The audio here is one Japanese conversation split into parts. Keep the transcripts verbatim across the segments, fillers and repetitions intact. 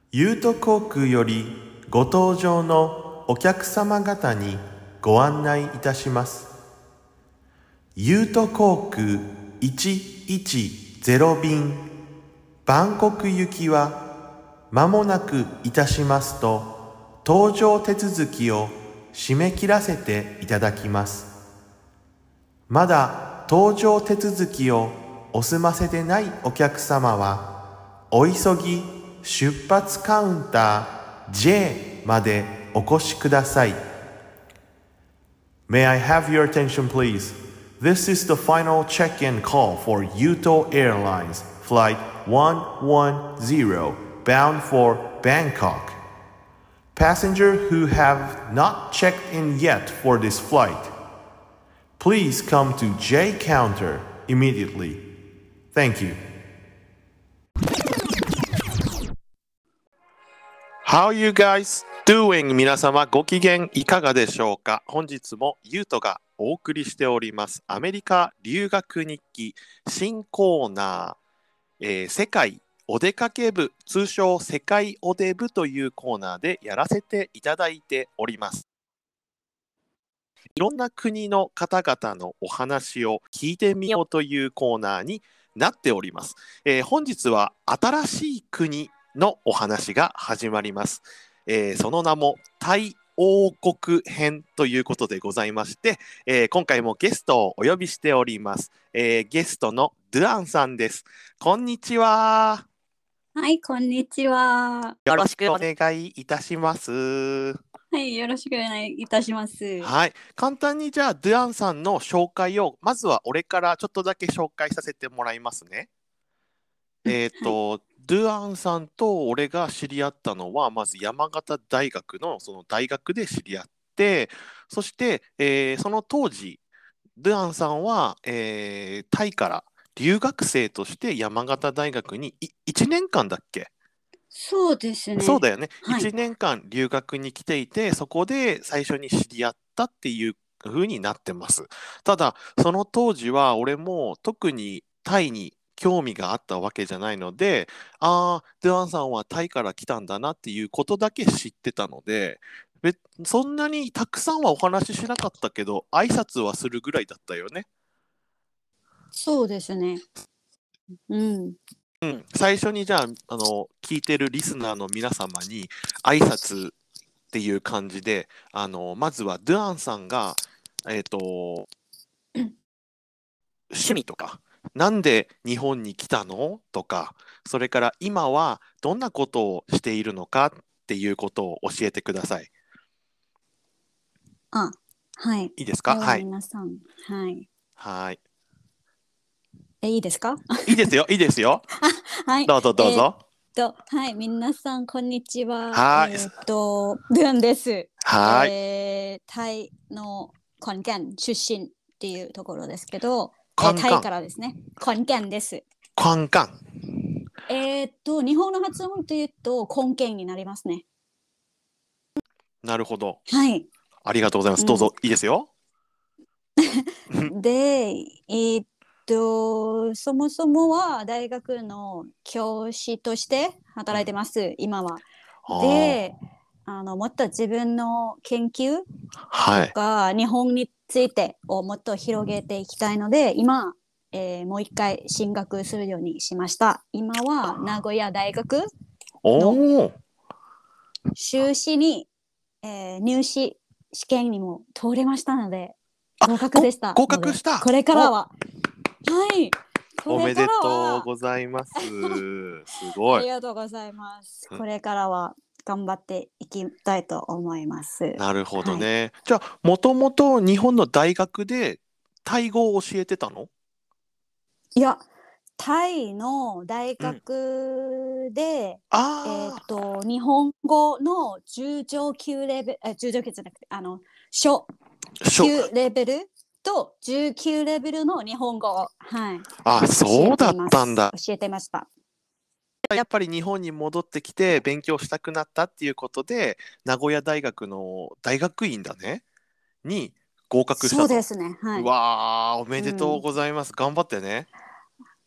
ユート航空よりご搭乗のお客様方にご案内いたします。ユート航空いちいちゼロ便バンコク行きは間もなくいたしますと搭乗手続きを締め切らせていただきます。まだ搭乗手続きをお済ませでないお客様はお急ぎ出発カウンター ジェイ までお越しください。 May I have your attention please? This is the final check-in call for Yuto Airlines Flight one one zero bound for Bangkok. Passengers who have not checked in yet for this flight, please come to J counter immediately. Thank you. How you guys doing? 皆様ご機嫌いかがでしょうか。本日もゆうとがお送りしておりますアメリカ留学日記新コーナー、えー、世界お出かけ部、通称世界お出部というコーナーでやらせていただいております。いろんな国の方々のお話を聞いてみようというコーナーになっております。えー、本日は新しい国のお話が始まります。えー、その名もタイ王国編ということでございまして、えー、今回もゲストをお呼びしております。えー、ゲストのドゥアンさんです。こんにちは。 はい、こんにちは。 よろしくお願いいたします。 はい、よろしくお願いいたします。 はい、簡単にじゃあドゥアンさんの紹介をまずは俺からちょっとだけ紹介させてもらいますね。えっと、はい、ドゥアンさんと俺が知り合ったのはまず山形大学のその大学で知り合って、そして、えー、その当時ドゥアンさんは、えー、タイから留学生として山形大学にいちねんかんだっけ？ そうですね。 そうだよね、 はい、 いちねんかん留学に来ていて、そこで最初に知り合ったっていう風になってます。ただその当時は俺も特にタイに興味があったわけじゃないので、ああドゥアンさんはタイから来たんだなっていうことだけ知ってたので、そんなにたくさんはお話ししなかったけど挨拶はするぐらいだったよね。 そうですね。うん。 うん、最初にじゃあ、あの聞いてるリスナーの皆様に挨拶っていう感じで、あのまずはドゥアンさんが、えーと、趣味とか、なんで日本に来たのとか、それから今はどんなことをしているのかっていうことを教えてください。 あ、はい。 いいですか？ では皆さん、はい。 はい。 え、いいですか？ いいですよ、いいですよ。 はい。 どうぞどうぞ。 えー、っと、はい、皆さんこんにちは。 はい。 えー、っと、ドゥアンです。 はい。 えー、タイのコンケン出身っていうところですけど、 えー、 タイからですね。コンケンです。 コンカン。 えー、っと、日本の発音というと、コンケンになりますね。 なるほど。 はい。 ありがとうございます。どうぞ、うん、いいですよ。 で、えー、っと、そもそもは大学の教師として働いてます、うん、今は。で、あのもっと自分の研究とか、はい、日本についてをもっと広げていきたいので、今、えー、もう一回進学するようにしました。今は名古屋大学の修士に、えー、入試試験にも通れましたので合格でした。 合格した。 これからは、はい、 おめでとうございます。すごい。 ありがとうございます。これからは頑張っていきたいと思います。 なるほどね。はい、じゃあもともと日本の大学でタイ語を教えてたの？ いや、タイの大学で、うん、えっと日本語の中上級レベル、あ、中上級じゃなくて、あの初級レベルとじゅうきゅうレベルの日本語を、はい、 あ、そうだったんだ。 教えてました。 やっぱり日本に戻ってきて勉強したくなったっていうことで、名古屋大学の大学院だねに合格したと。 そうですね。はい。 うわー、おめでとうございます。うん、頑張ってね。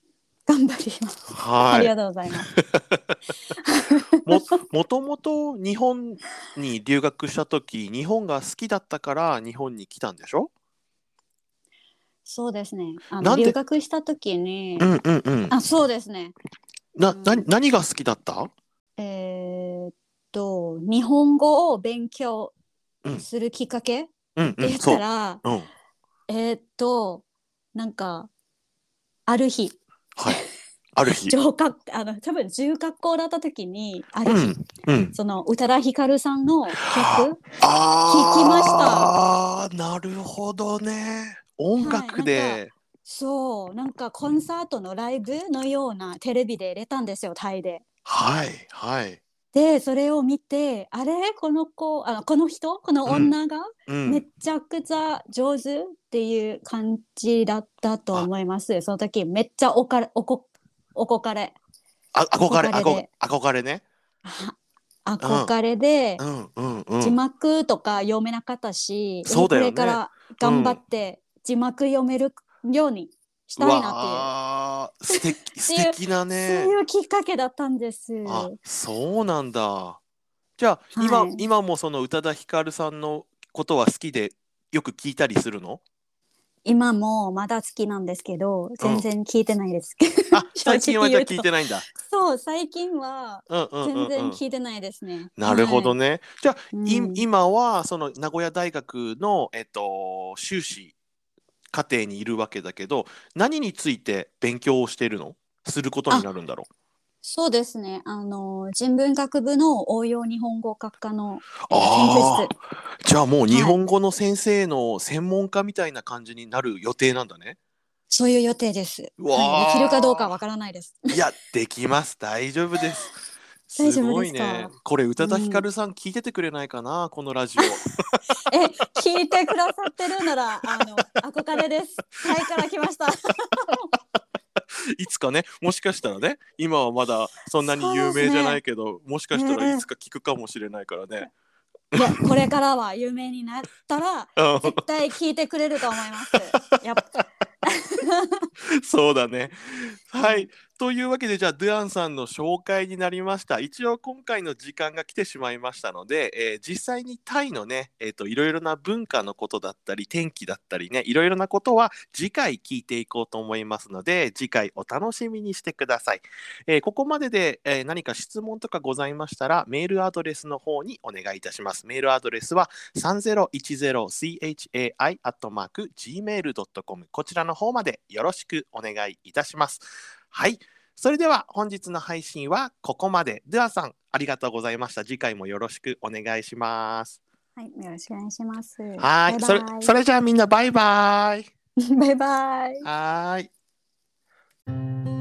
頑張ります。 はい。 ありがとうございます。 も、もともと日本に留学した時、日本が好きだったから日本に来たんでしょ？ そうですね。あの、留なんで、 学した時うに、 んうんうん。 あ、そうですね。 な、な、 うん、 何が好きだった？ えーっと、日本語を勉強うん、 するきっかけっうんうん、 て言ったそら、 う。うん。 えーっと、なんか、ある日、 はい。ある日。 上学、あの、多分中学校だった時に、ある日、 うん、うん。 その宇多田ヒカルさんの曲、聞きました。 あー、なるほどね。音はい、なんか、 楽で。 そう、なんかコンサートのライブのようなテレビで入れたんですよ、タイで。 はい、はい。 で、それを見て、あれこの子、あの、この人、このうん、 女がうん。 めちゃくちゃ上手っていう感じだったとあ、 思います。その時めっちゃおかれ、おこ、おこかれ、 あ、 おこ憧れ、憧かれで、 憧れね。 あうん、 憧れで、 うん、うん、う字ん。 幕とか読めなかったし、えーそうだこよね。 れから頑張うん。 って字幕読めるようにしうたいなっていう、 わー、素敵、 っていう、 素敵だそうね。 いうきっかけだったんです。 あ、そうなんだ。じゃあ、今、 はい。 今もその宇多田ヒカルさんのことは好きでよく聞いたりするの？ 今もまだ好きなんですけど、全うん。 然聞いてないです。 あ、 正最近はじゃあ聞い直言うと。 てないんだ。 そう、最近はうんうんう全然んうん。 聞いてないですね。 なるほはい。 どね。じゃあ、い、 うん。 今はその名古屋大学の、えっと、修士課程にいるわけだけど、何について勉強をしているの？することにあ、 なるんだろう。 そうですね。あの、人文学部の応用日本語学科の、えー研究ああ、 室。 じゃあもう日はい。 本語の先生の専門家みたいな感じになる予定なんだね。 そういう予定です。 うはい。できるかどうかわあ。 わからないです。 いや、できます。大丈夫です。す大丈夫でごいね。 すか？ これ、宇多田ヒうん。 カルさん聞いててくれないかな、このラジオ。 え、聞いてくださってるなら、あの、憧れです。タイから来ました。 いつかね、もしかしたらね、今はまだそんなにそう有名じゃなですね。 いけど、もしかえしたらいつえ、 か聞くかもしれないからね。 いや、これからは有名になったら、 うん絶対聞いてくれると思います。やっぱ、 そうだね。はい。 はい。 というわけで、じゃあ、ドゥアンさんの紹介になりました。一応、今回の時間が来てしまいましたので、えー実際にタイのね、えっと、いろいろな文化のことだったり、天気だったりね、いろいろなことは次回聞いていこうと思いますので、次回お楽しみにしてください。えーここまでで、えー何か質問とかございましたら、メールアドレスの方にお願いいたします。メールアドレスは さんぜろいちぜろチャイ アットマーク ジーメールドットコム こちらの方までよろしくお願いいたします。はい。それでは本日の配信はここまで。ではさん、ありがとうございました。次回もよろしくお願いします。 はい、よろしくお願いします。 はい。 バイそれ、 バイ。 それじゃあみんなバイバイ。 バイバイ。 はーい。